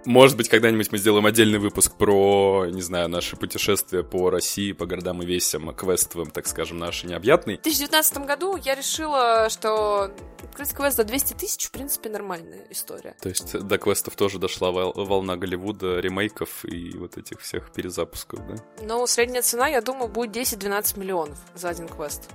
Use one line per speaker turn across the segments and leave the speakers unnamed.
Может быть, когда-нибудь мы сделаем отдельный выпуск про, не знаю, наши путешествия по России, по городам и весям, квестовым, так скажем, наши необъятные.
В 2019 году я решила, что открыть квест за 200 тысяч, в принципе, нормальная история.
То есть до квестов тоже дошла волна Голливуда, ремейков и вот этих всех перезапусков, да?
Но средняя цена, я думаю, будет 10-12 миллионов за один квест.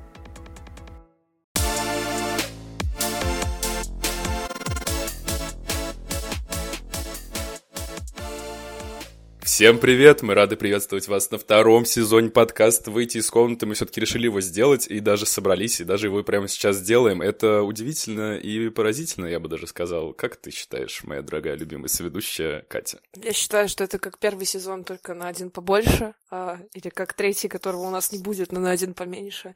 Всем привет! Мы рады приветствовать вас на втором сезоне подкаста «Выйти из комнаты». Мы все-таки решили его сделать и даже собрались, и даже его прямо сейчас сделаем. Это удивительно и поразительно, я бы даже сказал. Как ты считаешь, моя дорогая любимая соведущая Катя?
Я считаю, что это как первый сезон, только на один побольше, или как третий, которого у нас не будет, но на один поменьше.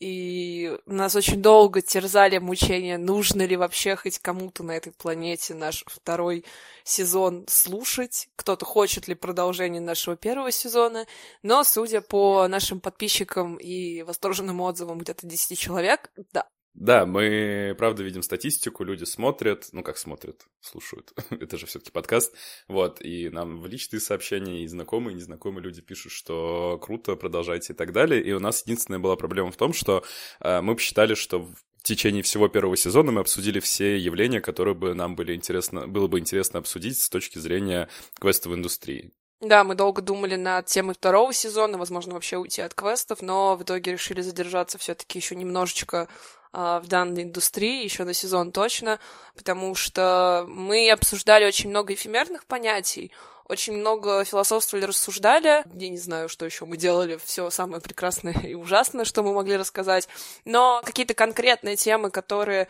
И нас очень долго терзали мучения, нужно ли вообще хоть кому-то на этой планете наш второй сезон слушать, кто-то хочет ли продолжение нашего первого сезона, но, судя по нашим подписчикам и восторженным отзывам где-то 10 человек, да.
Да, мы, правда, видим статистику, люди смотрят, слушают, это же все-таки подкаст, вот, и нам в личные сообщения и знакомые, и незнакомые люди пишут, что круто, продолжайте и так далее, и у нас единственная была проблема в том, что мы посчитали, что в течение всего первого сезона мы обсудили все явления, которые бы нам было бы интересно обсудить с точки зрения квестовой индустрии.
Да, мы долго думали над темой второго сезона, возможно, вообще уйти от квестов, но в итоге решили задержаться все-таки еще немножечко в данной индустрии, еще на сезон точно, потому что мы обсуждали очень много эфемерных понятий, очень много философствовали, рассуждали. Я не знаю, что еще мы делали, все самое прекрасное и ужасное, что мы могли рассказать, но какие-то конкретные темы, которые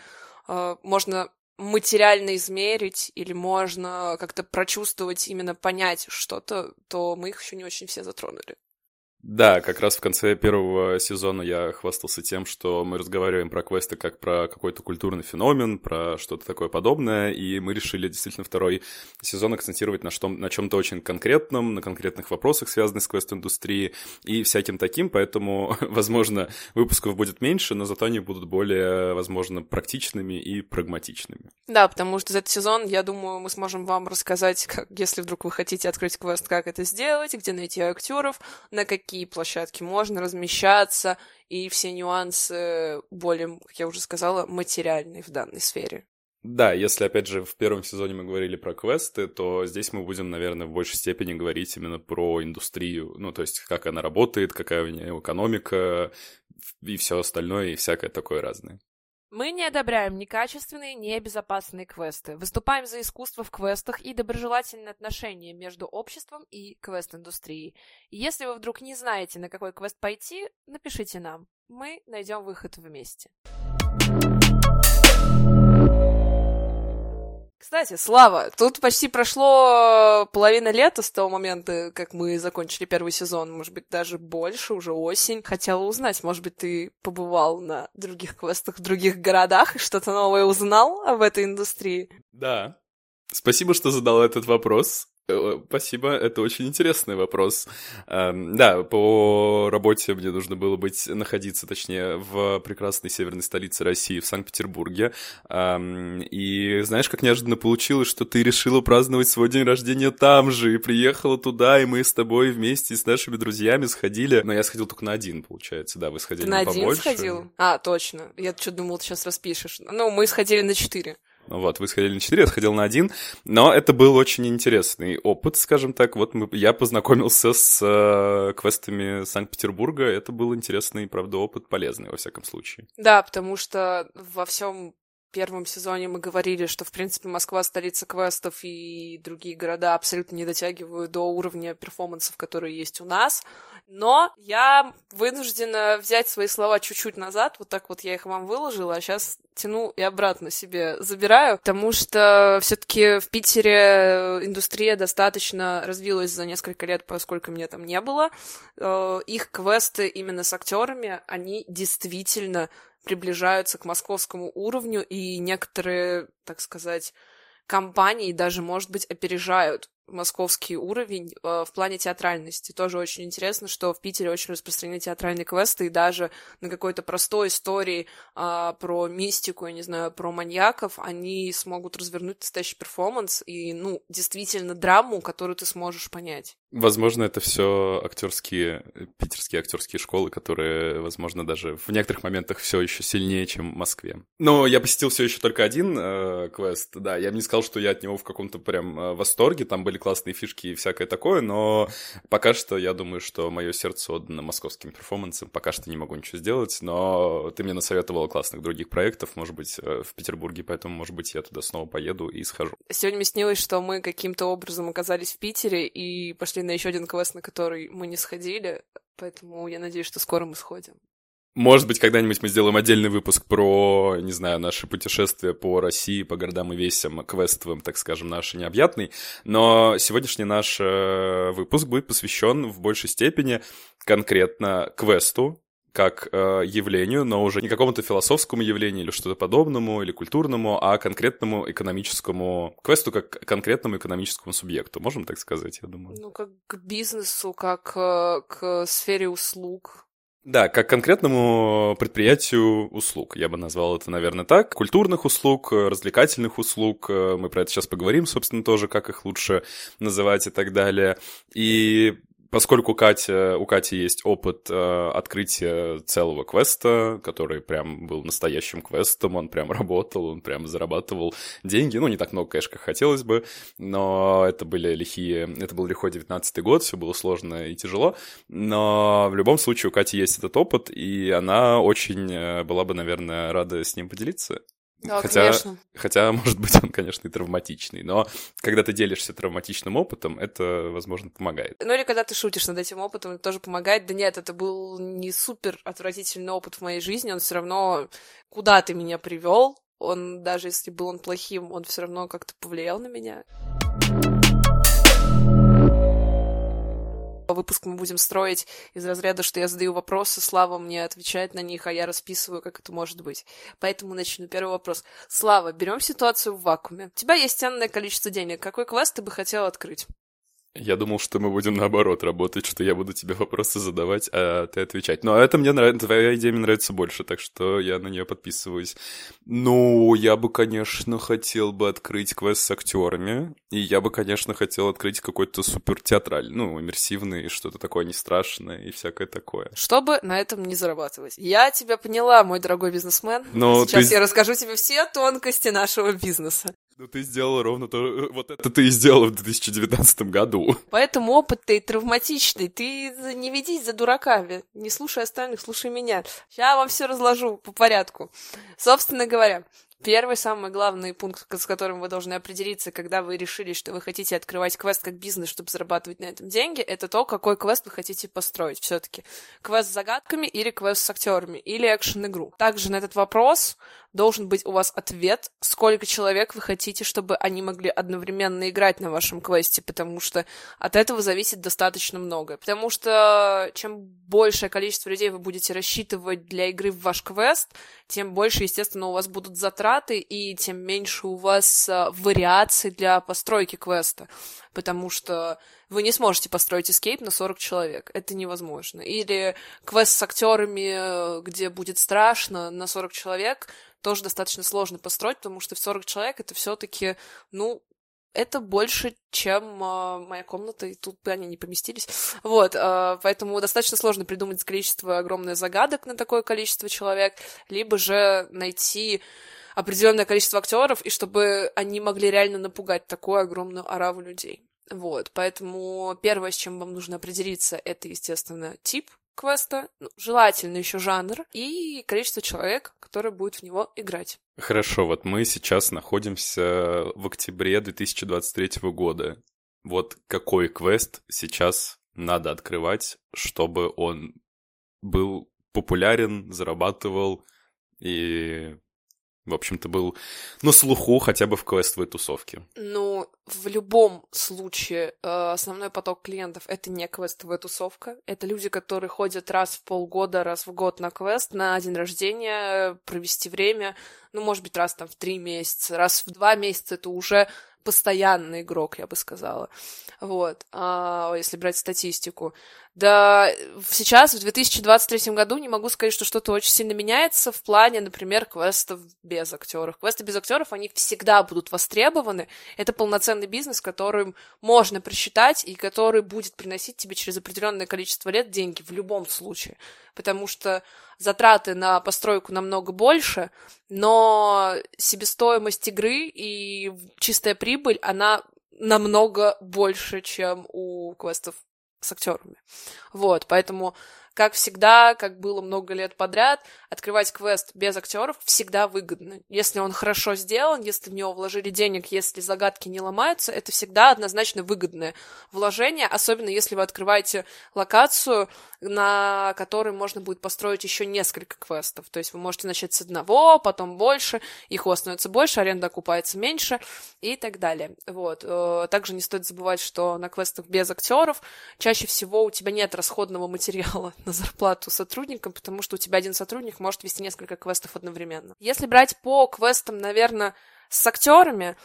можно материально измерить или можно как-то прочувствовать, именно понять что-то, то мы их еще не очень все затронули.
Да, как раз в конце первого сезона я хвастался тем, что мы разговариваем про квесты как про какой-то культурный феномен, про что-то такое подобное, и мы решили действительно второй сезон акцентировать на чем-то очень конкретном, на конкретных вопросах, связанных с квест-индустрией и всяким таким, поэтому, возможно, выпусков будет меньше, но зато они будут более, возможно, практичными и прагматичными.
Да, потому что за этот сезон, я думаю, мы сможем вам рассказать, если вдруг вы хотите открыть квест, как это сделать, где найти актеров, на какие площадки можно размещаться, и все нюансы более, как я уже сказала, материальные в данной сфере.
Да, если, опять же, в первом сезоне мы говорили про квесты, то здесь мы будем, наверное, в большей степени говорить именно про индустрию, ну, то есть как она работает, какая у нее экономика и все остальное, и всякое такое разное.
Мы не одобряем некачественные, небезопасные квесты. Выступаем за искусство в квестах и доброжелательные отношения между обществом и квест-индустрией. И если вы вдруг не знаете, на какой квест пойти, напишите нам. Мы найдем выход вместе. Кстати, Слава, тут почти прошло половина лета с того момента, как мы закончили первый сезон, может быть, даже больше, уже осень. Хотела узнать, может быть, ты побывал на других квестах в других городах и что-то новое узнал об этой индустрии?
Да. Спасибо, что задал этот вопрос. Спасибо, это очень интересный вопрос. Да, по работе мне нужно было находиться, точнее, в прекрасной северной столице России, в Санкт-Петербурге. И знаешь, как неожиданно получилось, что ты решила праздновать свой день рождения там же, и приехала туда, и мы с тобой вместе с нашими друзьями сходили. Но я сходил только на один, получается, да, вы сходили на побольше.
Ты на один сходил? А, точно. Я что-то думал, ты сейчас распишешь. Ну, мы сходили на 4.
Вот, вы сходили на 4, я сходил на 1, но это был очень интересный опыт, скажем так. Вот я познакомился с квестами Санкт-Петербурга, это был интересный, правда, опыт, полезный, во всяком случае.
Да, потому что во всем первом сезоне мы говорили, что, в принципе, Москва — столица квестов, и другие города абсолютно не дотягивают до уровня перформансов, которые есть у нас. Но я вынуждена взять свои слова чуть-чуть назад, вот так вот я их вам выложила, а сейчас тяну и обратно себе забираю, потому что все-таки в Питере индустрия достаточно развилась за несколько лет, поскольку меня там не было. Их квесты именно с актерами, они действительно приближаются к московскому уровню, и некоторые, так сказать, компании даже, может быть, опережают московский уровень в плане театральности. Тоже очень интересно, что в Питере очень распространены театральные квесты, и даже на какой-то простой истории про мистику, я не знаю, про маньяков, они смогут развернуть настоящий перформанс и, действительно драму, которую ты сможешь понять.
Возможно, это все питерские актерские школы, которые, возможно, даже в некоторых моментах все еще сильнее, чем в Москве. Но я посетил все еще только один квест, да. Я бы не сказал, что я от него в каком-то прям восторге, там были классные фишки и всякое такое, но пока что я думаю, что мое сердце отдано московским перформансам, пока что не могу ничего сделать, но ты мне насоветовала классных других проектов, может быть, в Петербурге, поэтому, может быть, я туда снова поеду и схожу.
Сегодня мне снилось, что мы каким-то образом оказались в Питере и пошли на еще один квест, на который мы не сходили, поэтому я надеюсь, что скоро мы сходим.
Может быть, когда-нибудь мы сделаем отдельный выпуск про, не знаю, наши путешествия по России, по городам и весям, квестовым, так скажем, наш необъятный. Но сегодняшний наш выпуск будет посвящен в большей степени конкретно квесту, как явлению, но уже не какому-то философскому явлению или что-то подобному, или культурному, а конкретному экономическому квесту, как конкретному экономическому субъекту. Можем так сказать, я думаю?
Как к бизнесу, как к сфере услуг.
Да, как конкретному предприятию услуг. Я бы назвал это, наверное, так. Культурных услуг, развлекательных услуг. Мы про это сейчас поговорим, собственно, тоже, как их лучше называть и так далее. И поскольку у Кати есть опыт открытия целого квеста, который прям был настоящим квестом, он прям работал, он прям зарабатывал деньги. Не так много, конечно, как хотелось бы, но это был лихой 19-й год, все было сложно и тяжело, но в любом случае у Кати есть этот опыт, и она очень была бы, наверное, рада с ним поделиться.
Да, конечно.
Хотя, может быть, он, конечно, и травматичный, но когда ты делишься травматичным опытом, это, возможно, помогает.
Или когда ты шутишь над этим опытом, это тоже помогает. Да нет, это был не супер отвратительный опыт в моей жизни, он все равно куда-то меня привел. Он, даже если был он плохим, он все равно как-то повлиял на меня. Выпуск мы будем строить из разряда, что я задаю вопросы, Слава мне отвечает на них, а я расписываю, как это может быть. Поэтому начну. Первый вопрос. Слава, берем ситуацию в вакууме. У тебя есть ценное количество денег. Какой квест ты бы хотел открыть?
Я думал, что мы будем наоборот работать, что я буду тебе вопросы задавать, а ты отвечать. Но это мне нравится, твоя идея мне нравится больше, так что я на нее подписываюсь. Я бы, конечно, хотел бы открыть квест с актерами, и я бы, конечно, хотел открыть какой-то супер театральный, иммерсивный, что-то такое не страшное и всякое такое.
Чтобы на этом не зарабатывать. Я тебя поняла, мой дорогой бизнесмен. Сейчас я расскажу тебе все тонкости нашего бизнеса.
Ты сделала ровно то, вот это ты и сделала в 2019 году.
Поэтому опыт-то и травматичный. Ты не ведись за дураками. Не слушай остальных, слушай меня. Сейчас вам все разложу по порядку. Собственно говоря, первый, самый главный пункт, с которым вы должны определиться, когда вы решили, что вы хотите открывать квест как бизнес, чтобы зарабатывать на этом деньги, это то, какой квест вы хотите построить все-таки. Квест с загадками или квест с актерами, или экшен-игру. Также на этот вопрос должен быть у вас ответ, сколько человек вы хотите, чтобы они могли одновременно играть на вашем квесте, потому что от этого зависит достаточно многое. Потому что чем большее количество людей вы будете рассчитывать для игры в ваш квест, тем больше, естественно, у вас будут затраты, и тем меньше у вас вариаций для постройки квеста, потому что вы не сможете построить эскейп на 40 человек. Это невозможно. Или квест с актерами, где будет страшно, на 40 человек тоже достаточно сложно построить, потому что в 40 человек это все-таки, это больше, чем моя комната, и тут бы они не поместились. Поэтому достаточно сложно придумать количество огромное загадок на такое количество человек, либо же найти определенное количество актеров, и чтобы они могли реально напугать такую огромную ораву людей. Поэтому первое, с чем вам нужно определиться, это, естественно, тип квеста, желательно еще жанр и количество человек, которые будут в него играть.
Хорошо, мы сейчас находимся в октябре 2023 года. Какой квест сейчас надо открывать, чтобы он был популярен, зарабатывал и, в общем-то, был на слуху хотя бы в квестовой тусовке?
В любом случае основной поток клиентов — это не квестовая тусовка. Это люди, которые ходят раз в полгода, раз в год на квест, на день рождения, провести время, может быть, раз в 3 месяца, раз в 2 месяца — это уже постоянный игрок, я бы сказала. Вот, если брать статистику. Да, сейчас, в 2023 году, не могу сказать, что что-то очень сильно меняется в плане, например, квестов без актеров. Квесты без актеров, они всегда будут востребованы. Это полноценный бизнес, которым можно просчитать и который будет приносить тебе через определенное количество лет деньги в любом случае. Потому что затраты на постройку намного больше, но себестоимость игры и чистая прибыль, она намного больше, чем у квестов с актерами. Вот, поэтому, как всегда, как было много лет подряд, открывать квест без актеров всегда выгодно. Если он хорошо сделан, если в него вложили денег, если загадки не ломаются, это всегда однозначно выгодное вложение, особенно если вы открываете локацию, на которой можно будет построить еще несколько квестов. То есть вы можете начать с одного, потом больше, их у вас становится больше, аренда окупается меньше и так далее. Вот. Также не стоит забывать, что на квестах без актеров чаще всего у тебя нет расходного материала на зарплату сотрудникам, потому что у тебя один сотрудник может вести несколько квестов одновременно. Если брать по квестам, наверное, с актерами,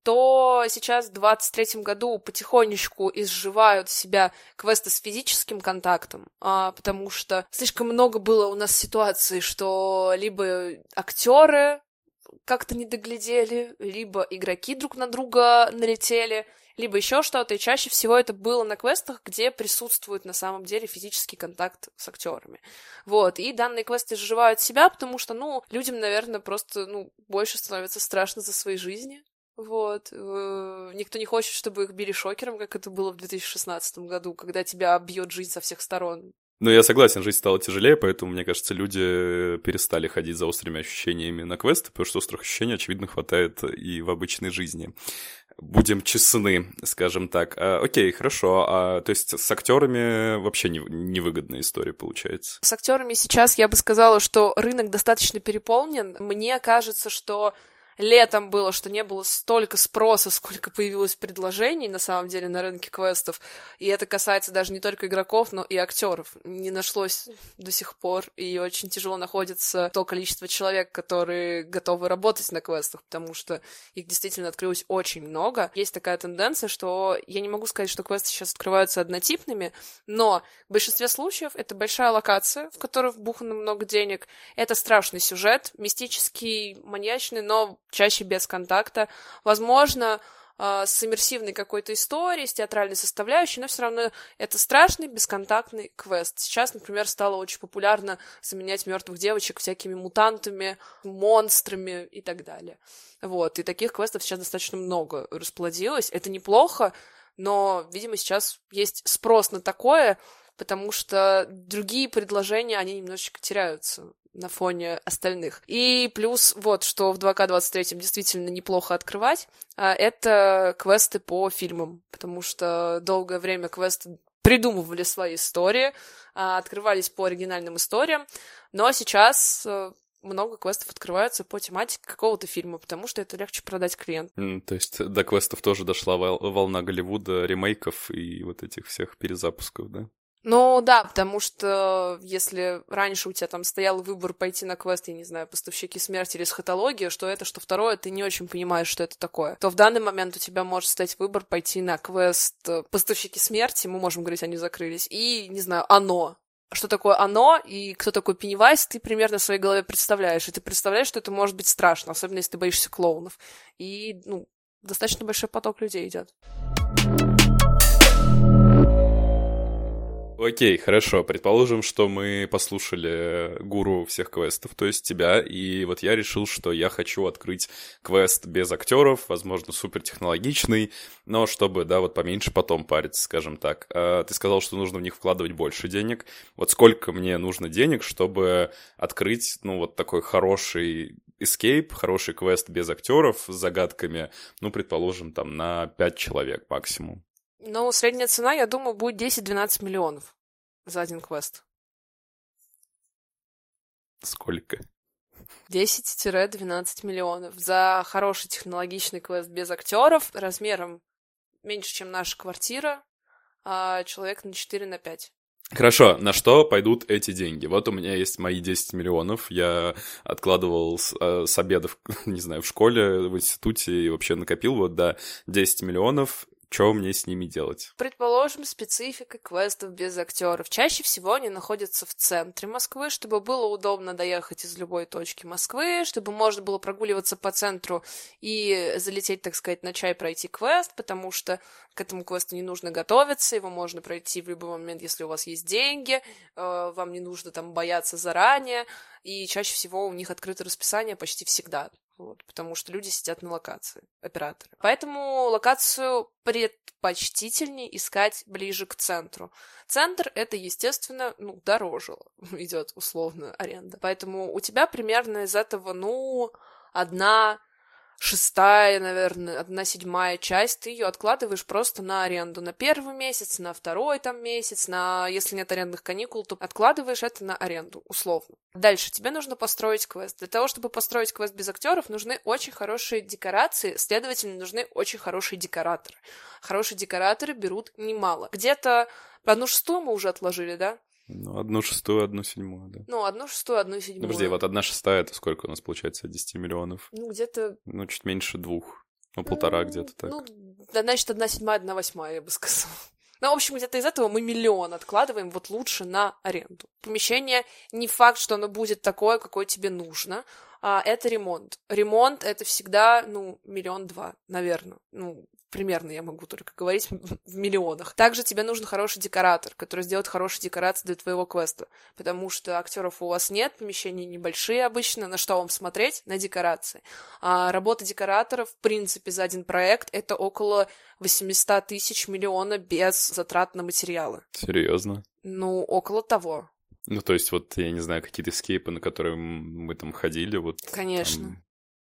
то сейчас в 2023 году потихонечку изживают себя квесты с физическим контактом, потому что слишком много было у нас ситуаций, что либо актеры как-то не доглядели, либо игроки друг на друга налетели, либо еще что-то, и чаще всего это было на квестах, где присутствует на самом деле физический контакт с актерами. Вот, и данные квесты изживают себя, потому что, людям, наверное, просто, больше становится страшно за свои жизни. Вот. Никто не хочет, чтобы их били шокером, как это было в 2016 году, когда тебя бьет жизнь со всех сторон.
Ну, я согласен, жизнь стала тяжелее, поэтому, мне кажется, люди перестали ходить за острыми ощущениями на квесты, потому что острых ощущений, очевидно, хватает и в обычной жизни. Будем честны, скажем так. Окей, хорошо. То есть с актерами вообще невыгодная история получается?
С актерами сейчас я бы сказала, что рынок достаточно переполнен. Мне кажется, что летом было, что не было столько спроса, сколько появилось предложений, на самом деле, на рынке квестов. И это касается даже не только игроков, но и актеров. Не нашлось до сих пор, и очень тяжело находится то количество человек, которые готовы работать на квестах, потому что их действительно открылось очень много. Есть такая тенденция, что я не могу сказать, что квесты сейчас открываются однотипными, но в большинстве случаев это большая локация, в которой вбухано много денег. Это страшный сюжет, мистический, маньячный, но чаще без контакта. Возможно, с иммерсивной какой-то историей, с театральной составляющей, но все равно это страшный бесконтактный квест. Сейчас, например, стало очень популярно заменять мертвых девочек всякими мутантами, монстрами и так далее. Вот. И таких квестов сейчас достаточно много расплодилось. Это неплохо, но, видимо, сейчас есть спрос на такое, потому что другие предложения, они немножечко теряются на фоне остальных. И плюс вот, что в 2К23 действительно неплохо открывать, это квесты по фильмам, потому что долгое время квесты придумывали свои истории, открывались по оригинальным историям, но сейчас много квестов открываются по тематике какого-то фильма, потому что это легче продать клиенту.
То есть до квестов тоже дошла волна Голливуда, ремейков и вот этих всех перезапусков, да?
Ну да, потому что если раньше у тебя там стоял выбор пойти на квест, я не знаю, поставщики смерти или эсхатология, что это, что второе, ты не очень понимаешь, что это такое, то в данный момент у тебя может стать выбор пойти на квест поставщики смерти, мы можем говорить, они закрылись, и, не знаю, оно. Что такое оно и кто такой Пеннивайз, ты примерно в своей голове представляешь. И ты представляешь, что это может быть страшно, особенно если ты боишься клоунов. И, достаточно большой поток людей идет.
Окей, хорошо. Предположим, что мы послушали гуру всех квестов, то есть тебя, и вот я решил, что я хочу открыть квест без актеров, возможно, супертехнологичный, но чтобы, вот поменьше потом париться, скажем так. Ты сказал, что нужно в них вкладывать больше денег. Вот сколько мне нужно денег, чтобы открыть, вот такой хороший эскейп, хороший квест без актеров с загадками, предположим, там на 5 человек максимум?
Средняя цена, я думаю, будет 10-12 миллионов за один квест.
Сколько?
10-12 миллионов за хороший технологичный квест без актеров размером меньше, чем наша квартира, человек на 4-5.
Хорошо, на что пойдут эти деньги? Вот у меня есть мои 10 миллионов, я откладывал с обедов, не знаю, в школе, в институте и вообще накопил вот, да, 10 миллионов. Что мне с ними делать?
Предположим, специфика квестов без актеров. Чаще всего они находятся в центре Москвы, чтобы было удобно доехать из любой точки Москвы, чтобы можно было прогуливаться по центру и залететь, так сказать, на чай, пройти квест, потому что к этому квесту не нужно готовиться, его можно пройти в любой момент, если у вас есть деньги, вам не нужно там бояться заранее, и чаще всего у них открыто расписание почти всегда. Вот, потому что люди сидят на локации, операторы. Поэтому локацию предпочтительнее искать ближе к центру. Центр — это, естественно, дороже идет условно аренда. Поэтому у тебя примерно из этого, 1/6, наверное, 1/7 часть, ты ее откладываешь просто на аренду. На первый месяц, на второй месяц, если нет арендных каникул, то откладываешь это на аренду, условно. Дальше тебе нужно построить квест. Для того, чтобы построить квест без актеров, нужны очень хорошие декорации, следовательно, нужны очень хорошие декораторы. Хорошие декораторы берут немало. Где-то 1/6 мы уже отложили, да?
1/6, 1/7, да.
1/6, 1/7.
Подожди, вот 1/6 это сколько у нас получается от 10 миллионов?
Где-то...
чуть меньше 2. 1,5 где-то так.
Значит, 1/7, 1/8, я бы сказала. В общем, где-то из этого мы 1 миллион откладываем вот лучше на аренду. Помещение не факт, что оно будет такое, какое тебе нужно, а это ремонт. Ремонт — это всегда, 1-2 миллиона, наверное. Примерно я могу только говорить в миллионах. Также тебе нужен хороший декоратор, который сделает хорошие декорации для твоего квеста, потому что актеров у вас нет, помещения небольшие обычно, на что вам смотреть? На декорации. А работа декораторов, в принципе, за один проект — это около 800 тысяч, миллиона без затрат на материалы.
Серьезно?
Около того.
То есть вот, я не знаю, какие-то эскейпы, на которые мы там ходили, вот...
Конечно.
Там...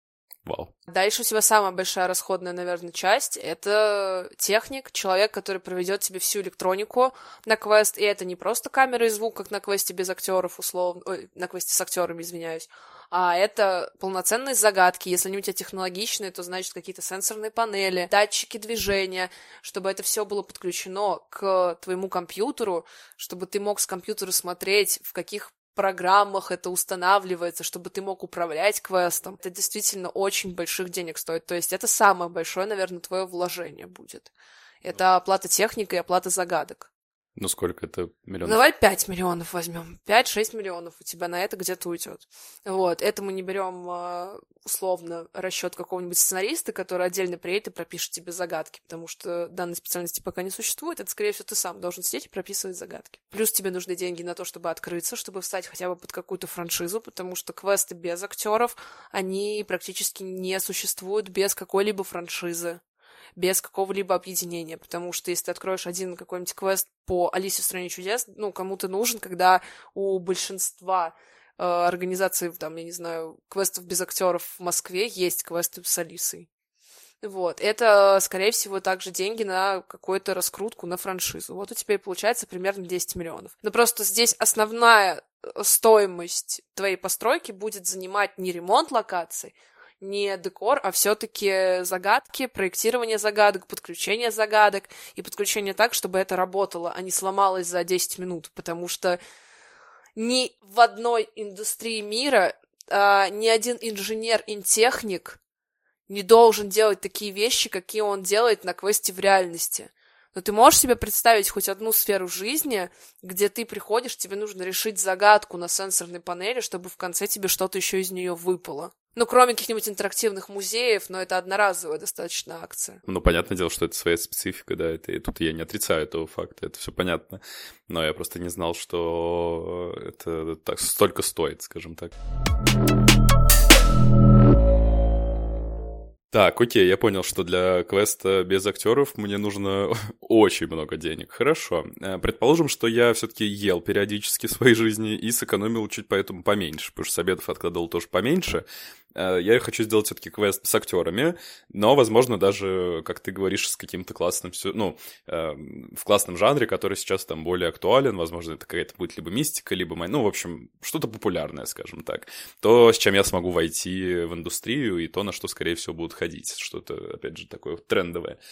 Вау.
Дальше у тебя самая большая расходная, наверное, часть — это техник, человек, который проведет тебе всю электронику на квест, и это не просто камера и звук, как на квесте без актеров, условно, на квесте с актерами, извиняюсь, а это полноценные загадки. Если они у тебя технологичные, то, значит, какие-то сенсорные панели, датчики движения, чтобы это все было подключено к твоему компьютеру, чтобы ты мог с компьютера смотреть, в каких программах это устанавливается, чтобы ты мог управлять квестом. Это действительно очень больших денег стоит. То есть это самое большое, наверное, твое вложение будет. Это оплата техники и оплата загадок.
Сколько это миллионов?
Давай 5 миллионов возьмем. 5-6 миллионов у тебя на это где-то уйдет. Вот. Это мы не берем условно расчет какого-нибудь сценариста, который отдельно приедет и пропишет тебе загадки, потому что данной специальности пока не существует. Это, скорее всего, ты сам должен сидеть и прописывать загадки. Плюс тебе нужны деньги на то, чтобы открыться, чтобы встать хотя бы под какую-то франшизу, потому что квесты без актеров, они практически не существуют без какой-либо франшизы, без какого-либо объединения, потому что если ты откроешь один какой-нибудь квест по Алисе в стране чудес, кому-то нужен, когда у большинства организаций, я не знаю, квестов без актеров в Москве есть квесты с Алисой. Вот, это, скорее всего, также деньги на какую-то раскрутку, на франшизу. Вот у тебя и получается примерно 10 миллионов. Но просто здесь основная стоимость твоей постройки будет занимать не ремонт локаций, не декор, а все-таки загадки, проектирование загадок, подключение загадок и подключение так, чтобы это работало, а не сломалось за 10 минут, потому что ни в одной индустрии мира ни один инженер-интехник не должен делать такие вещи, какие он делает на квесте в реальности. Но ты можешь себе представить хоть одну сферу жизни, где ты приходишь, тебе нужно решить загадку на сенсорной панели, чтобы в конце тебе что-то еще из нее выпало. Кроме каких-нибудь интерактивных музеев, но это одноразовая достаточно акция.
Понятное дело, что это своя специфика, да, и тут я не отрицаю этого факта, это все понятно. Но я просто не знал, что это так столько стоит, скажем так. Так, окей, я понял, что для квеста без актеров мне нужно очень много денег. Хорошо. Предположим, что я все-таки ел периодически в своей жизни и сэкономил чуть поэтому поменьше, потому что с обедов откладывал тоже поменьше. Я хочу сделать все-таки квест с актерами, но, возможно, даже, как ты говоришь, с каким-то классным, в классном жанре, который сейчас там более актуален. Возможно, это какая-то будет либо мистика, либо, в общем, что-то популярное, скажем так. То, с чем я смогу войти в индустрию, и то, на что, скорее всего, будут ходить. Что-то, опять же, такое трендовое.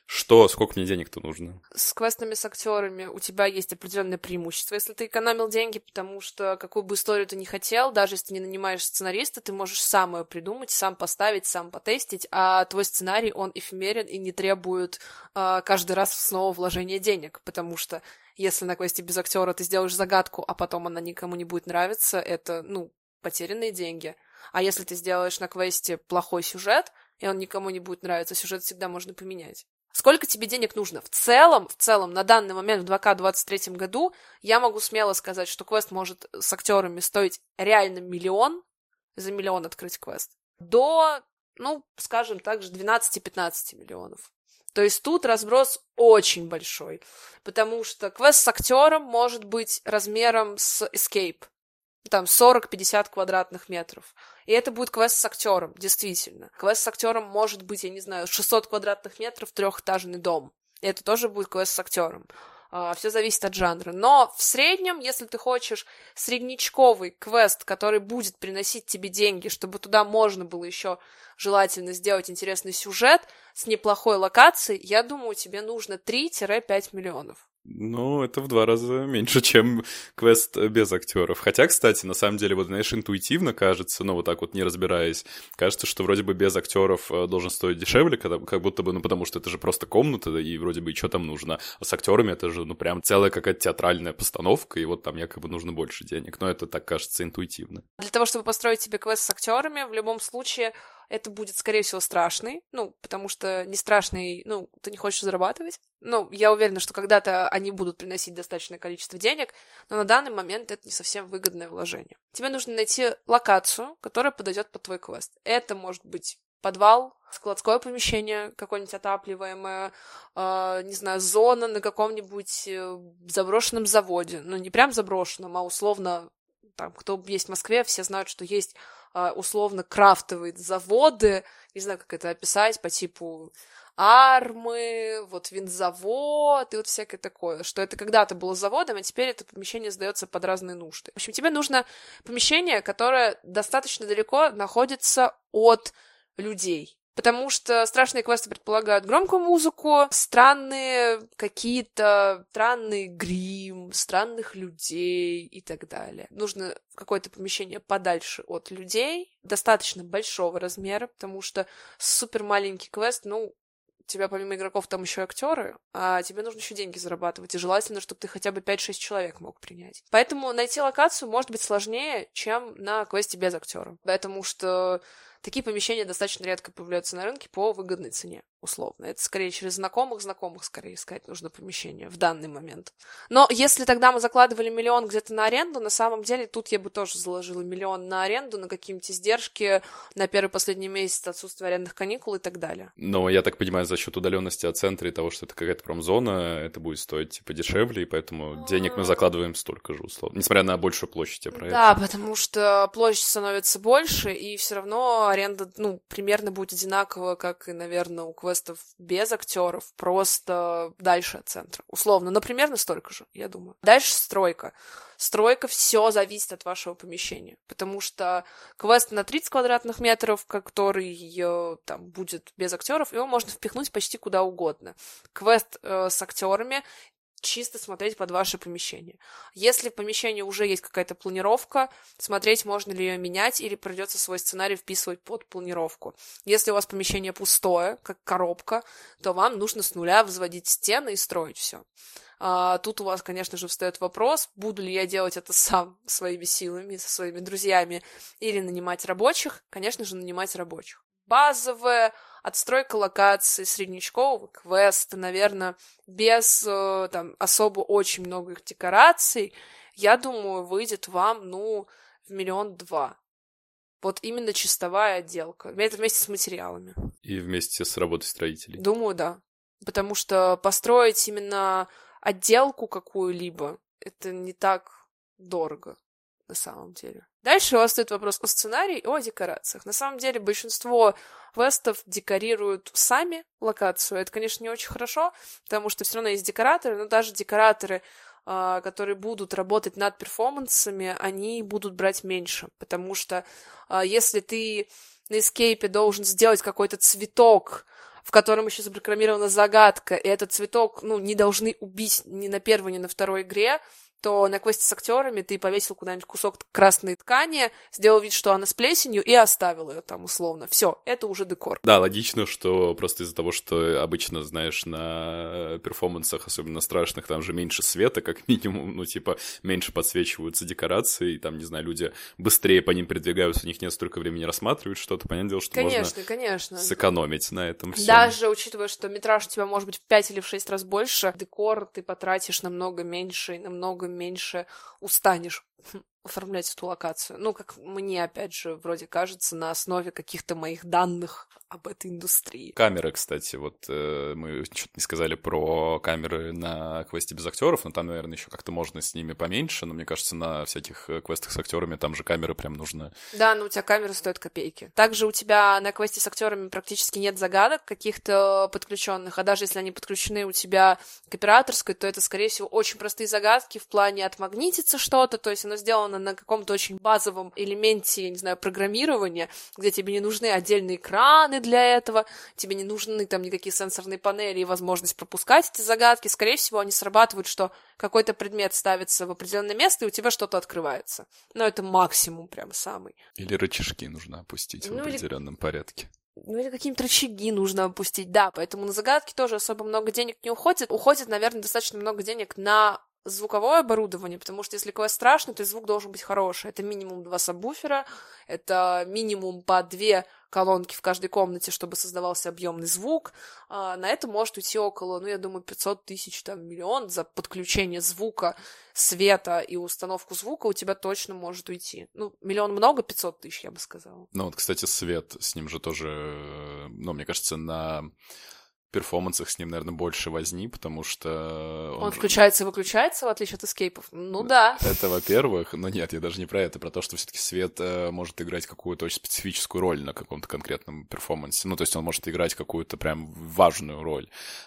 Сколько мне денег-то нужно?
С квестами, с актерами у тебя есть определенное преимущество. Если ты экономил деньги, потому что какую бы историю ты ни хотел, даже если ты не нанимаешь сценариста, ты можешь сам ее придумать, сам поставить, сам потестить, а твой сценарий, он эфемерен и не требует каждый раз снова вложения денег, потому что если на квесте без актера ты сделаешь загадку, а потом она никому не будет нравиться, это, потерянные деньги. А если ты сделаешь на квесте плохой сюжет, и он никому не будет нравиться, сюжет всегда можно поменять. Сколько тебе денег нужно? В целом, на данный момент, в 2023 году, я могу смело сказать, что квест может с актерами стоить реально миллион, за миллион открыть квест, до, скажем так же, 12-15 миллионов. То есть тут разброс очень большой, потому что квест с актером может быть размером с Escape, там 40-50 квадратных метров. И это будет квест с актером, действительно. Квест с актером может быть, 600 квадратных метров, трехэтажный дом. И это тоже будет квест с актером. Все зависит от жанра. Но в среднем, если ты хочешь среднячковый квест, который будет приносить тебе деньги, чтобы туда можно было еще желательно сделать интересный сюжет с неплохой локацией, я думаю, тебе нужно 3-5 миллионов.
Это в 2 раза меньше, чем квест без актеров. Хотя, кстати, на самом деле, интуитивно кажется, вот так вот не разбираясь, кажется, что вроде бы без актеров должен стоить дешевле, как будто бы, потому что это же просто комната, и вроде бы и что там нужно. А с актерами это же, прям целая какая-то театральная постановка, и вот там якобы нужно больше денег. Но это так кажется интуитивно.
Для того, чтобы построить себе квест с актерами, в любом случае это будет, скорее всего, страшный, потому что не страшный, ты не хочешь зарабатывать. Я уверена, что когда-то они будут приносить достаточное количество денег, но на данный момент это не совсем выгодное вложение. Тебе нужно найти локацию, которая подойдет под твой квест. Это может быть подвал, складское помещение какое-нибудь отапливаемое, зона на каком-нибудь заброшенном заводе. Не прям заброшенном, а условно, там, кто есть в Москве, все знают, что есть условно крафтовые заводы, не знаю, как это описать, по типу Армы, винзавод и всякое такое, что это когда-то было заводом, а теперь это помещение сдается под разные нужды. В общем, тебе нужно помещение, которое достаточно далеко находится от людей. Потому что страшные квесты предполагают громкую музыку, странный грим, странных людей и так далее. Нужно какое-то помещение подальше от людей, достаточно большого размера, потому что супер маленький квест, у тебя помимо игроков там еще актеры, а тебе нужно еще деньги зарабатывать, и желательно, чтобы ты хотя бы 5-6 человек мог принять. Поэтому найти локацию может быть сложнее, чем на квесте без актера, потому что такие помещения достаточно редко появляются на рынке по выгодной цене, условно. Это скорее через знакомых скорее искать нужно помещение в данный момент. Но если тогда мы закладывали миллион где-то на аренду, на самом деле тут я бы тоже заложила миллион на аренду, на какие-нибудь издержки, на первый последний месяц отсутствия арендных каникул и так далее.
Но я так понимаю, за счет удаленности от центра и того, что это какая-то промзона, это будет стоить дешевле, и поэтому денег мы закладываем столько же, условно. Несмотря на большую площадь, я про это.
Да, потому что площадь становится больше, и все равно аренда, примерно будет одинаково, как и, наверное, у квестов без актеров, просто дальше от центра. Условно, но примерно столько же, я думаю. Дальше стройка. Стройка, все зависит от вашего помещения, потому что квест на 30 квадратных метров, который там будет без актеров, его можно впихнуть почти куда угодно. Квест с актерами чисто смотреть под ваше помещение. Если в помещении уже есть какая-то планировка, смотреть, можно ли ее менять, или придется свой сценарий вписывать под планировку. Если у вас помещение пустое, как коробка, то вам нужно с нуля возводить стены и строить все. Тут у вас, конечно же, встает вопрос, буду ли я делать это сам своими силами, со своими друзьями, или нанимать рабочих. Конечно же, нанимать рабочих. Базовая отстройка локации, среднячкового квеста, наверное, без особо очень много их декораций, я думаю, выйдет вам, в 1-2 миллиона. Вот именно чистовая отделка. Это вместе с материалами.
И вместе с работой строителей.
Думаю, да. Потому что построить именно отделку какую-либо, это не так дорого на самом деле. Дальше у вас стоит вопрос о сценарии и о декорациях. На самом деле большинство квестов декорируют сами локацию. Это, конечно, не очень хорошо, потому что все равно есть декораторы, но даже декораторы, которые будут работать над перформансами, они будут брать меньше, потому что если ты на эскейпе должен сделать какой-то цветок в в котором еще запрограммирована загадка, и этот цветок, не должны убить ни на первой, ни на второй игре, то на квесте с актерами ты повесил куда-нибудь кусок красной ткани, сделал вид, что она с плесенью, и оставил ее там условно. Все, это уже декор.
Да, логично, что просто из-за того, что обычно, знаешь, на перформансах, особенно страшных, там же меньше света, как минимум, меньше подсвечиваются декорации, и там, не знаю, люди быстрее по ним передвигаются, у них нет столько времени рассматривать что-то, понятное дело, что можно сэкономить на этом всем.
Даже учитывая, что метраж у тебя может быть в 5 или в 6 раз больше, декор ты потратишь намного меньше и намного меньше устанешь оформлять эту локацию. Как мне, опять же, вроде кажется, на основе каких-то моих данных об этой индустрии.
Камеры, кстати, мы что-то не сказали про камеры на квесте без актеров, но там, наверное, еще как-то можно с ними поменьше, но мне кажется, на всяких квестах с актерами там же камеры прям нужно.
Да, но у тебя камеры стоят копейки. Также у тебя на квесте с актерами практически нет загадок каких-то подключенных, а даже если они подключены у тебя к операторской, то это, скорее всего, очень простые загадки в плане отмагнититься что-то, то есть оно сделано на каком-то очень базовом элементе, я не знаю, программирования, где тебе не нужны отдельные экраны для этого, тебе не нужны там никакие сенсорные панели и возможность пропускать эти загадки. Скорее всего, они срабатывают, что какой-то предмет ставится в определенное место, и у тебя что-то открывается. Но это максимум прям самый.
Или рычажки нужно опустить в определенном порядке.
Или какие-нибудь рычаги нужно опустить, да, поэтому на загадки тоже особо много денег не уходит. Уходит, наверное, достаточно много денег на звуковое оборудование, потому что если квест страшный, то звук должен быть хороший. Это минимум 2 сабвуфера, это минимум по 2 колонки в каждой комнате, чтобы создавался объемный звук. На это может уйти около, я думаю, 500 тысяч, миллион за подключение звука, света и установку звука у тебя точно может уйти. Миллион много, 500 тысяч, я бы сказала.
Кстати, свет, с ним же тоже, мне кажется, на перформансах с ним, наверное, больше возни, потому что...
Он включается и выключается, в отличие от эскейпов? Да.
Это, во-первых, но нет, я даже не про это, про то, что все-таки свет может играть какую-то очень специфическую роль на каком-то конкретном перформансе. То есть он может играть какую-то прям важную роль.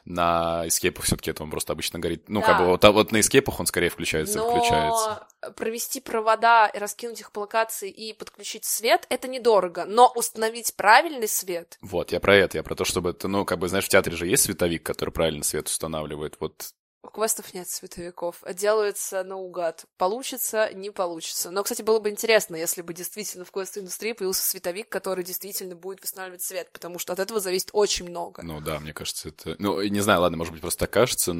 На эскейпах все-таки это он просто обычно горит. Вот на эскейпах он скорее включается и выключается.
Провести провода, раскинуть их по локации и подключить свет — это недорого, но установить правильный свет...
Вот, я про это, я про то, чтобы это, знаешь, в театре же есть световик, который правильно свет устанавливает,
У квестов нет световиков, делаются наугад. Получится, не получится. Но, кстати, было бы интересно, если бы действительно в квест-индустрии появился световик, который действительно будет восстанавливать свет, потому что от этого зависит очень много.
Да, мне кажется, это... не знаю, ладно, может быть, просто так кажется,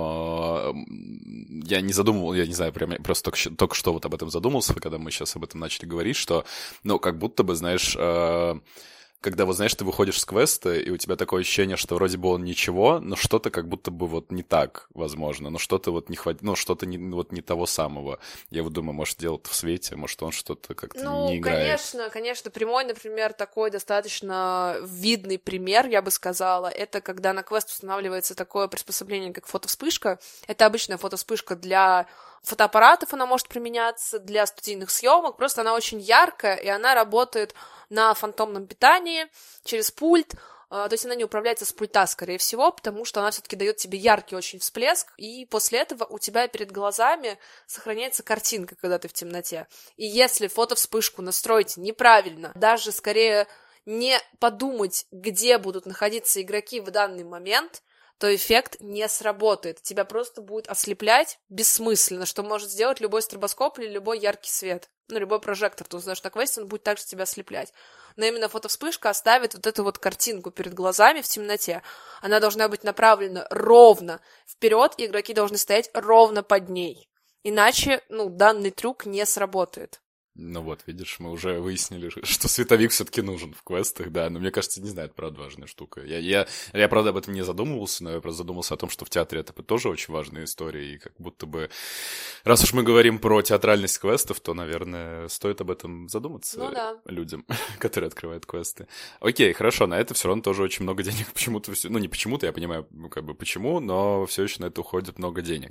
но я не задумывал, я не знаю, прям просто только что об этом задумался, когда мы сейчас об этом начали говорить, что, как будто бы, знаешь... Когда, ты выходишь с квеста, и у тебя такое ощущение, что вроде бы он ничего, но что-то как будто бы не так, возможно, что-то не хватит, что-то не того самого. Я думаю, может, дело-то в свете, может, он что-то как-то не играет.
Конечно. Прямой, например, такой достаточно видный пример, я бы сказала, это когда на квест устанавливается такое приспособление, как фотовспышка. Это обычная фотовспышка для фотоаппаратов, она может применяться для студийных съемок, просто она очень яркая, и она работает на фантомном питании через пульт, то есть она не управляется с пульта, скорее всего, потому что она все-таки дает тебе яркий очень всплеск, и после этого у тебя перед глазами сохраняется картинка, когда ты в темноте. И если фотовспышку настроить неправильно, даже скорее не подумать, где будут находиться игроки в данный момент, то эффект не сработает. Тебя просто будет ослеплять бессмысленно, что может сделать любой стробоскоп или любой яркий свет. Любой прожектор, ты узнаешь на квесте, он будет также тебя ослеплять. Но именно фотовспышка оставит эту картинку перед глазами в темноте. Она должна быть направлена ровно вперед, и игроки должны стоять ровно под ней. Иначе, данный трюк не сработает.
Видишь, мы уже выяснили, что световик все-таки нужен в квестах, да, но мне кажется, не знаю, это правда важная штука. Я правда об этом не задумывался, но я просто задумался о том, что в театре это тоже очень важная история, и как будто бы, раз уж мы говорим про театральность квестов, то, наверное, стоит об этом задуматься людям, которые открывают квесты. Окей, хорошо, на это все равно тоже очень много денег почему-то, не почему-то, я понимаю, почему, но все еще на это уходит много денег.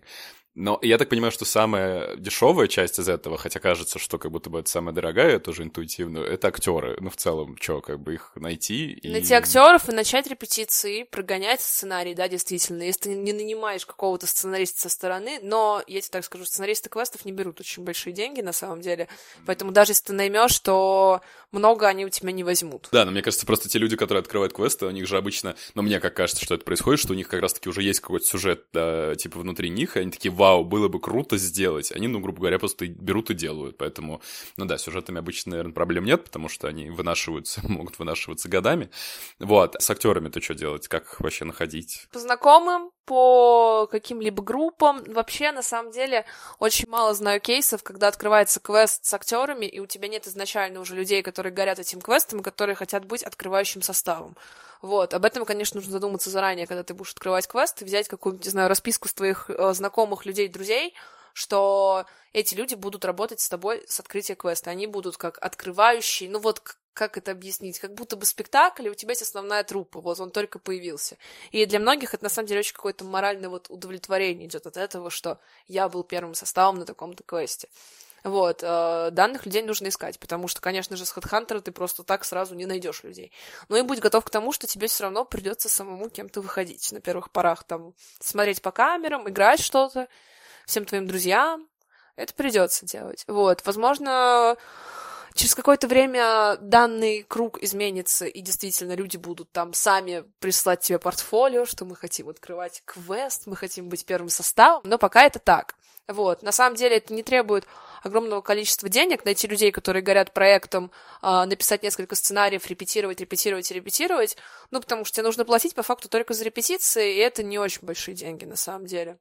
Но я так понимаю, что самая дешевая часть из этого, хотя кажется, что как будто бы это самая дорогая, тоже интуитивно, это актеры. Ну, в целом, что, как бы их найти и...
Найти актеров и начать репетиции, прогонять сценарий, да, действительно. Если ты не нанимаешь какого-то сценариста со стороны, но, я тебе так скажу, сценаристы квестов не берут очень большие деньги, на самом деле. Поэтому даже если ты наймешь, то много они у тебя не возьмут.
Да, но мне кажется, просто те люди, которые открывают квесты, у них же обычно, ну, мне как кажется, что это происходит, что у них как раз-таки уже есть какой-то сюжет, да, типа, внутри них, и они такие, вау, было бы круто сделать. Они, ну, грубо говоря, просто берут и делают. Поэтому, ну да, с сюжетами обычно, наверное, проблем нет, потому что они вынашиваются, могут вынашиваться годами. Вот. С актерами то что делать? Как их вообще находить?
По знакомым, по каким-либо группам. Вообще, на самом деле, очень мало знаю кейсов, когда открывается квест с актерами, и у тебя нет изначально уже людей, которые горят этим квестом, и которые хотят быть открывающим составом. Вот. Об этом, конечно, нужно задуматься заранее, когда ты будешь открывать квест, и взять какую-нибудь, не знаю, расписку с твоих знакомых людей, друзей, что эти люди будут работать с тобой с открытия квеста. Они будут как открывающие, ну вот как это объяснить? Как будто бы спектакль, и у тебя есть основная труппа, вот он только появился. И для многих это, на самом деле, очень какое-то моральное вот удовлетворение идет от этого, что я был первым составом на таком-то квесте. Вот, данных людей нужно искать, потому что, конечно же, с HeadHunter ты просто так сразу не найдешь людей. Но и будь готов к тому, что тебе все равно придется самому кем-то выходить на первых порах, там, смотреть по камерам, играть что-то, всем твоим друзьям. Это придется делать. Вот, возможно, через какое-то время данный круг изменится, и действительно люди будут там сами прислать тебе портфолио, что мы хотим открывать квест, мы хотим быть первым составом, но пока это так. Вот. На самом деле это не требует огромного количества денег, найти людей, которые горят проектом, написать несколько сценариев, репетировать, ну, потому что тебе нужно платить по факту только за репетиции, и это не очень большие деньги на самом деле.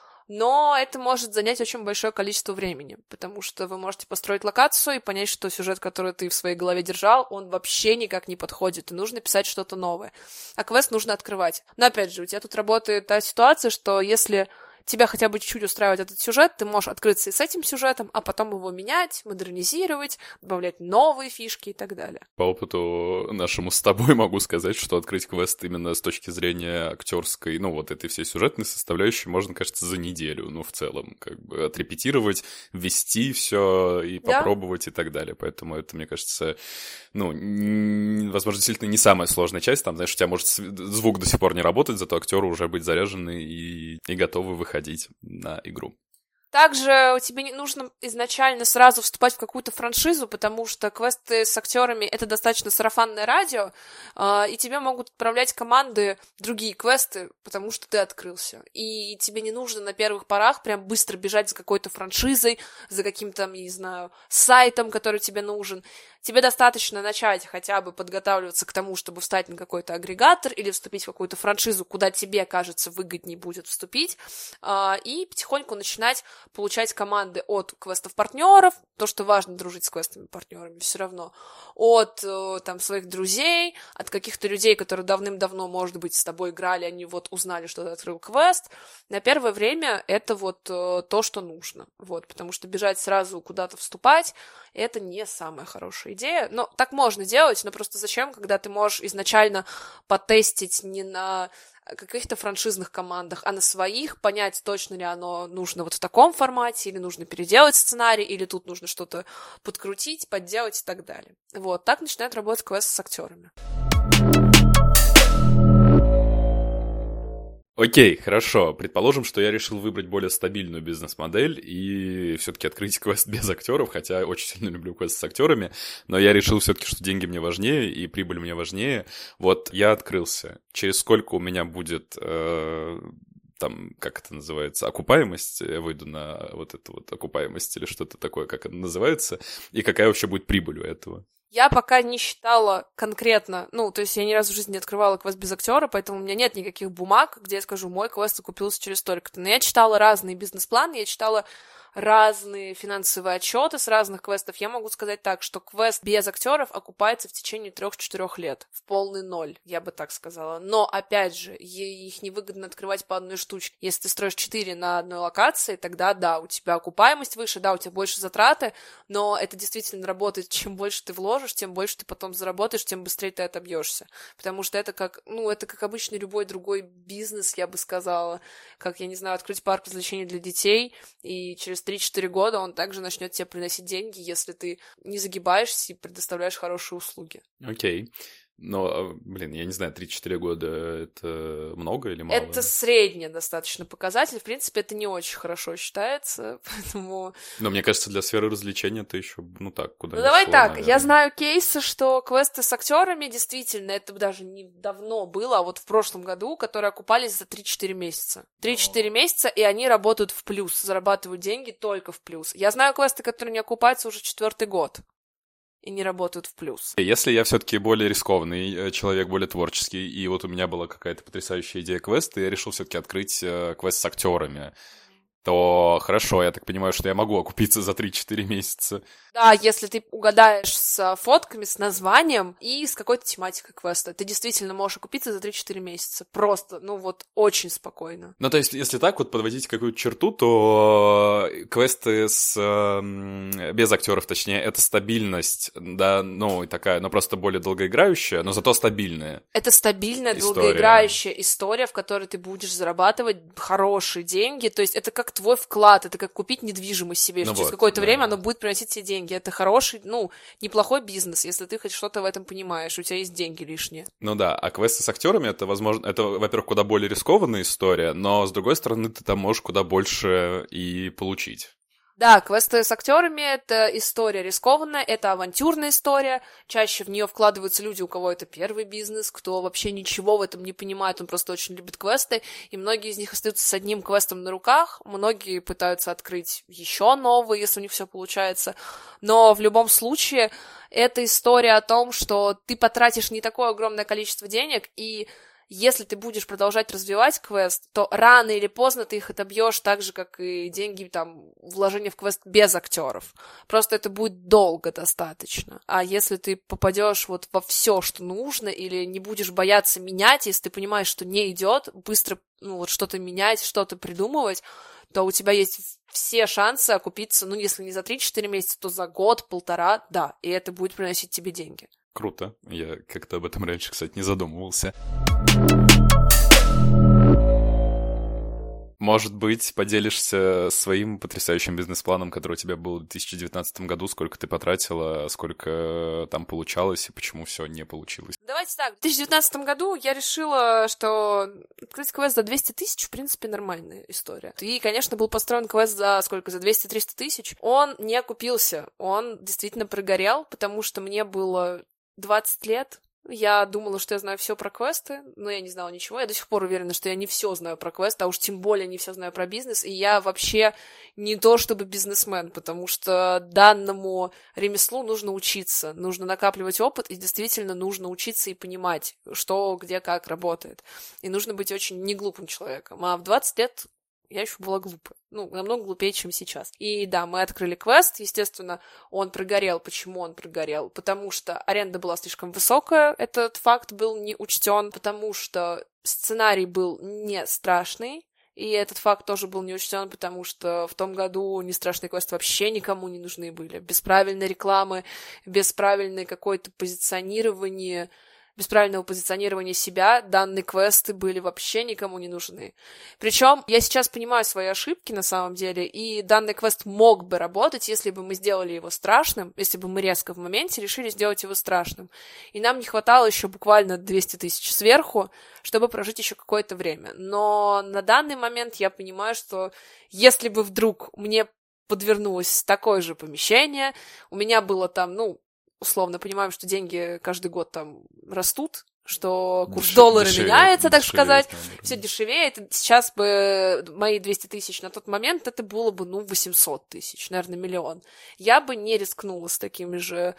Но это может занять очень большое количество времени, потому что вы можете построить локацию и понять, что сюжет, который ты в своей голове держал, он вообще никак не подходит, и нужно писать что-то новое. А квест нужно открывать. Но опять же, у тебя тут работает та ситуация, что если тебя хотя бы чуть-чуть устраивает этот сюжет, ты можешь открыться и с этим сюжетом, а потом его менять, модернизировать, добавлять новые фишки и так далее.
По опыту нашему с тобой могу сказать, что открыть квест именно с точки зрения актерской, ну, вот этой всей сюжетной составляющей можно, кажется, за неделю, ну, в целом, как бы отрепетировать, ввести все и попробовать и так далее. Поэтому это, мне кажется, ну, возможно, действительно не самая сложная часть. Там, знаешь, у тебя может звук до сих пор не работать, зато актеры уже быть заряжены и готовы выходить на игру.
Также тебе не нужно изначально сразу вступать в какую-то франшизу, потому что квесты с актерами — это достаточно сарафанное радио, и тебе могут отправлять команды другие квесты, потому что ты открылся. И тебе не нужно на первых порах прям быстро бежать за какой-то франшизой, за каким-то, я не знаю, сайтом, который тебе нужен. Тебе достаточно начать хотя бы подготавливаться к тому, чтобы встать на какой-то агрегатор или вступить в какую-то франшизу, куда тебе, кажется, выгоднее будет вступить, и потихоньку начинать получать команды от квестов-партнеров, то, что важно дружить с квестами-партнерами все равно, от там своих друзей, от каких-то людей, которые давным-давно, может быть, с тобой играли, они вот узнали, что ты открыл квест. На первое время это вот то, что нужно, вот, потому что бежать сразу куда-то вступать — это не самая хорошая идея. Но так можно делать, но просто зачем, когда ты можешь изначально потестить не на каких-то франшизных командах, а на своих, понять, точно ли оно нужно вот в таком формате, или нужно переделать сценарий, или тут нужно что-то подкрутить, подделать и так далее. Вот, так начинают работать квесты с актерами.
Окей, хорошо. Предположим, что я решил выбрать более стабильную бизнес-модель и все-таки открыть квест без актеров, хотя очень сильно люблю квест с актерами, но я решил все-таки, что деньги мне важнее и прибыль мне важнее. Вот я открылся. Через сколько у меня будет там, как это называется, окупаемость, я выйду на вот эту вот окупаемость или что-то такое, как это называется, и какая вообще будет прибыль у этого?
Я пока не считала конкретно, ну, то есть я ни разу в жизни не открывала квест без актера, поэтому у меня нет никаких бумаг, где я скажу, мой квест окупился через столько-то. Но я читала разные бизнес-планы, я читала разные финансовые отчеты с разных квестов, я могу сказать так, что квест без актеров окупается в течение 3-4 лет, в полный ноль, я бы так сказала. Но, опять же, их невыгодно открывать по одной штучке. Если ты строишь 4 на одной локации, тогда да, у тебя окупаемость выше, да, у тебя больше затраты, но это действительно работает. Чем больше ты вложишь, тем больше ты потом заработаешь, тем быстрее ты отобьешься. Потому что это как обычный любой другой бизнес, я бы сказала. Как, я не знаю, открыть парк развлечений для детей, и через 3-4 года он также начнет тебе приносить деньги, если ты не загибаешься и предоставляешь хорошие услуги.
Окей. Но, я не знаю, 3-4 года — это много или мало?
Это средний достаточно показатель. В принципе, это не очень хорошо считается, поэтому...
Но мне кажется, для сферы развлечения это еще, куда ни
давай
шло,
так,
наверное.
я знаю кейсы, что квесты с актерами действительно, это даже не давно было, а вот в прошлом году, которые окупались за 3-4 месяца. 3-4 месяца, и они работают в плюс, зарабатывают деньги только в плюс. Я знаю квесты, которые не окупаются уже 4-й год и не работают в плюс.
Если я все-таки более рискованный человек, более творческий, и вот у меня была какая-то потрясающая идея квеста, и я решил все-таки открыть квест с актерами, то хорошо, я так понимаю, что я могу окупиться за 3-4 месяца.
Да, если ты угадаешь с фотками, с названием и с какой-то тематикой квеста, ты действительно можешь окупиться за 3-4 месяца. Просто, очень спокойно.
То есть, если так вот подводить какую-то черту, то квесты без актеров, точнее, это стабильность, да, и такая, просто более долгоиграющая, но зато стабильная.
Это стабильная, долгоиграющая история, в которой ты будешь зарабатывать хорошие деньги, то есть это как твой вклад, это как купить недвижимость себе, через какое-то время оно будет приносить тебе деньги. Это хороший, неплохой бизнес, если ты хоть что-то в этом понимаешь, у тебя есть деньги лишние.
А квесты с актерами это, возможно, это, во-первых, куда более рискованная история, но, с другой стороны, ты там можешь куда больше и получить.
Да, квесты с актерами — это история рискованная, это авантюрная история. Чаще в нее вкладываются люди, у кого это первый бизнес, кто вообще ничего в этом не понимает, он просто очень любит квесты, и многие из них остаются с одним квестом на руках, многие пытаются открыть еще новые, если у них все получается. Но в любом случае, это история о том, что ты потратишь не такое огромное количество денег, и если ты будешь продолжать развивать квест, то рано или поздно ты их отобьешь так же, как и деньги, вложения в квест без актеров. Просто это будет долго достаточно. А если ты попадешь вот во все, что нужно, или не будешь бояться менять, если ты понимаешь, что не идет, быстро что-то менять, что-то придумывать, то у тебя есть все шансы окупиться, если не за 3-4 месяца, то за год-полтора, да, и это будет приносить тебе деньги.
Круто. Я как-то об этом раньше, кстати, не задумывался. Может быть, поделишься своим потрясающим бизнес-планом, который у тебя был в 2019 году, сколько ты потратила, сколько там получалось и почему все не получилось?
Давайте так, в 2019 году я решила, что открыть квест за 200 тысяч, в принципе, нормальная история. И, конечно, был построен квест за 200-300 тысяч. Он не окупился, он действительно прогорел, потому что мне было 20 лет. Я думала, что я знаю все про квесты, но я не знала ничего. Я до сих пор уверена, что я не все знаю про квесты, а уж тем более не все знаю про бизнес. И я вообще не то чтобы бизнесмен, потому что данному ремеслу нужно учиться, нужно накапливать опыт, и действительно нужно учиться и понимать, что, где, как работает. И нужно быть очень неглупым человеком. А в 20 лет я еще была глупая. Намного глупее, чем сейчас. И да, мы открыли квест. Естественно, он прогорел. Почему он прогорел? Потому что аренда была слишком высокая. Этот факт был не учтен. Потому что сценарий был не страшный. И этот факт тоже был не учтен, потому что в том году не страшные квесты вообще никому не нужны были. Без правильной рекламы, без правильной какой-то позиционирования, без правильного позиционирования себя данные квесты были вообще никому не нужны. Причем я сейчас понимаю свои ошибки на самом деле, и данный квест мог бы работать, если бы мы сделали его страшным, если бы мы резко в моменте решили сделать его страшным. И нам не хватало еще буквально 200 тысяч сверху, чтобы прожить еще какое-то время. Но на данный момент я понимаю, что если бы вдруг мне подвернулось такое же помещение, у меня было там, условно понимаем, что деньги каждый год там растут, что курс доллара меняется, так сказать, все дешевеет. Сейчас бы мои 200 тысяч на тот момент, это было бы, 800 тысяч, наверное, миллион. Я бы не рискнула с такими же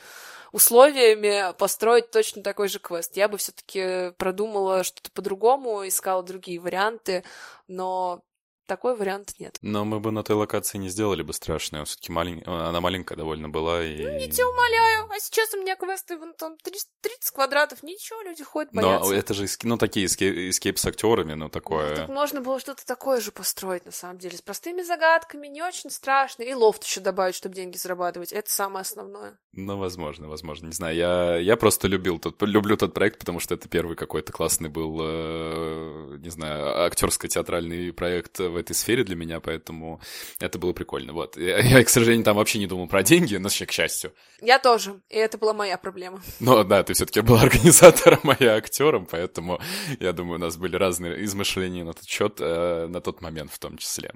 условиями построить точно такой же квест. Я бы все-таки продумала что-то по-другому, искала другие варианты, но такой вариант нет.
Но мы бы на той локации не сделали бы страшную. Все-таки она маленькая довольно была. И...
Я тебя умоляю. А сейчас у меня квесты вон там 30 квадратов. Ничего, люди ходят, боятся.
Но это же, такие эскейп с актерами, но такое...
Ну, так можно было что-то такое же построить, на самом деле. С простыми загадками, не очень страшно. И лофт еще добавить, чтобы деньги зарабатывать. Это самое основное.
Ну, возможно. Не знаю, я просто люблю тот проект, потому что это первый какой-то классный был, не знаю, актерско-театральный проект в этой сфере для меня, поэтому это было прикольно. Вот. Я, к сожалению, там вообще не думал про деньги, но к счастью.
Я тоже, и это была моя проблема.
Но да, ты все-таки была организатором, а я актером, поэтому я думаю, у нас были разные измышления на тот счет, на тот момент в том числе.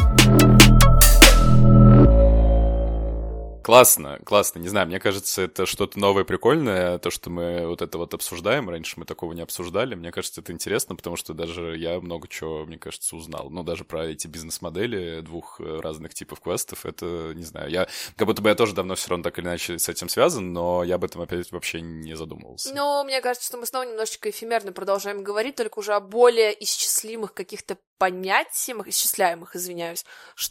Классно, не знаю, мне кажется, это что-то новое, прикольное, то, что мы вот это вот обсуждаем, раньше мы такого не обсуждали, мне кажется, это интересно, потому что даже я много чего, мне кажется, узнал, ну, даже про эти бизнес-модели двух разных типов квестов, это, не знаю, как будто бы я тоже давно все равно так или иначе с этим связан, но я об этом опять вообще не задумывался.
Ну, мне кажется, что мы снова немножечко эфемерно продолжаем говорить, только уже о более исчислимых каких-то понятиях, исчисляемых, извиняюсь,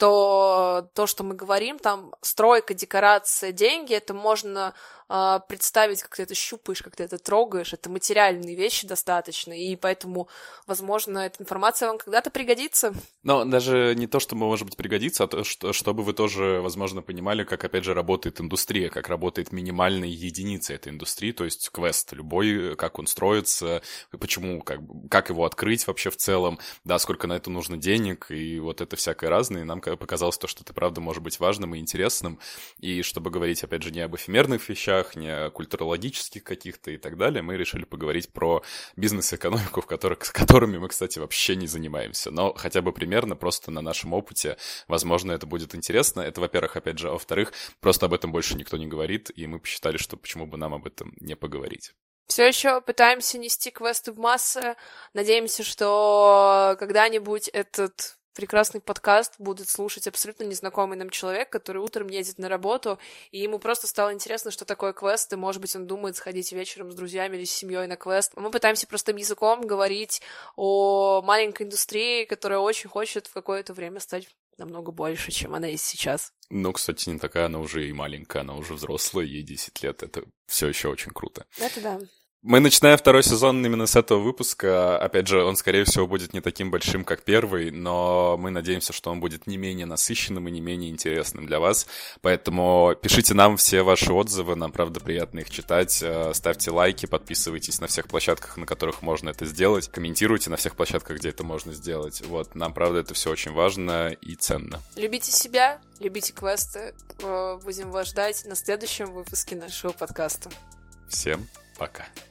что то, что мы говорим, там, стройка, декорация, деньги, это можно представить, как ты это щупаешь, как ты это трогаешь, это материальные вещи достаточно, и поэтому, возможно, эта информация вам когда-то пригодится.
Но даже не то, что может быть пригодится, а то, чтобы вы тоже, возможно, понимали, как, опять же, работает индустрия, как работает минимальная единица этой индустрии, то есть квест любой, как он строится, почему, как его открыть вообще в целом, да, сколько на это нужно денег, и вот это всякое разное, и нам показалось то, что это правда может быть важным и интересным, и чтобы говорить, опять же, не об эфемерных вещах, не о культурологических каких-то и так далее, мы решили поговорить про бизнес-экономику, которыми мы, кстати, вообще не занимаемся, но хотя бы примерно, просто на нашем опыте, возможно, это будет интересно, это, во-первых, опять же, а во-вторых, просто об этом больше никто не говорит, и мы посчитали, что почему бы нам об этом не поговорить.
Все еще пытаемся нести квесты в массы. Надеемся, что когда-нибудь этот прекрасный подкаст будет слушать абсолютно незнакомый нам человек, который утром едет на работу, и ему просто стало интересно, что такое квест, и, может быть, он думает сходить вечером с друзьями или с семьей на квест. Мы пытаемся простым языком говорить о маленькой индустрии, которая очень хочет в какое-то время стать намного больше, чем она есть сейчас.
Ну, кстати, не такая, она уже и маленькая, она уже взрослая, ей 10 лет, это все еще очень круто.
Это да.
Мы начинаем второй сезон именно с этого выпуска. Опять же, он, скорее всего, будет не таким большим, как первый, но мы надеемся, что он будет не менее насыщенным и не менее интересным для вас. Поэтому пишите нам все ваши отзывы, нам, правда, приятно их читать. Ставьте лайки, подписывайтесь на всех площадках, на которых можно это сделать. Комментируйте на всех площадках, где это можно сделать. Вот, нам, правда, это все очень важно и ценно.
Любите себя, любите квесты. Будем вас ждать на следующем выпуске нашего подкаста.
Всем пока.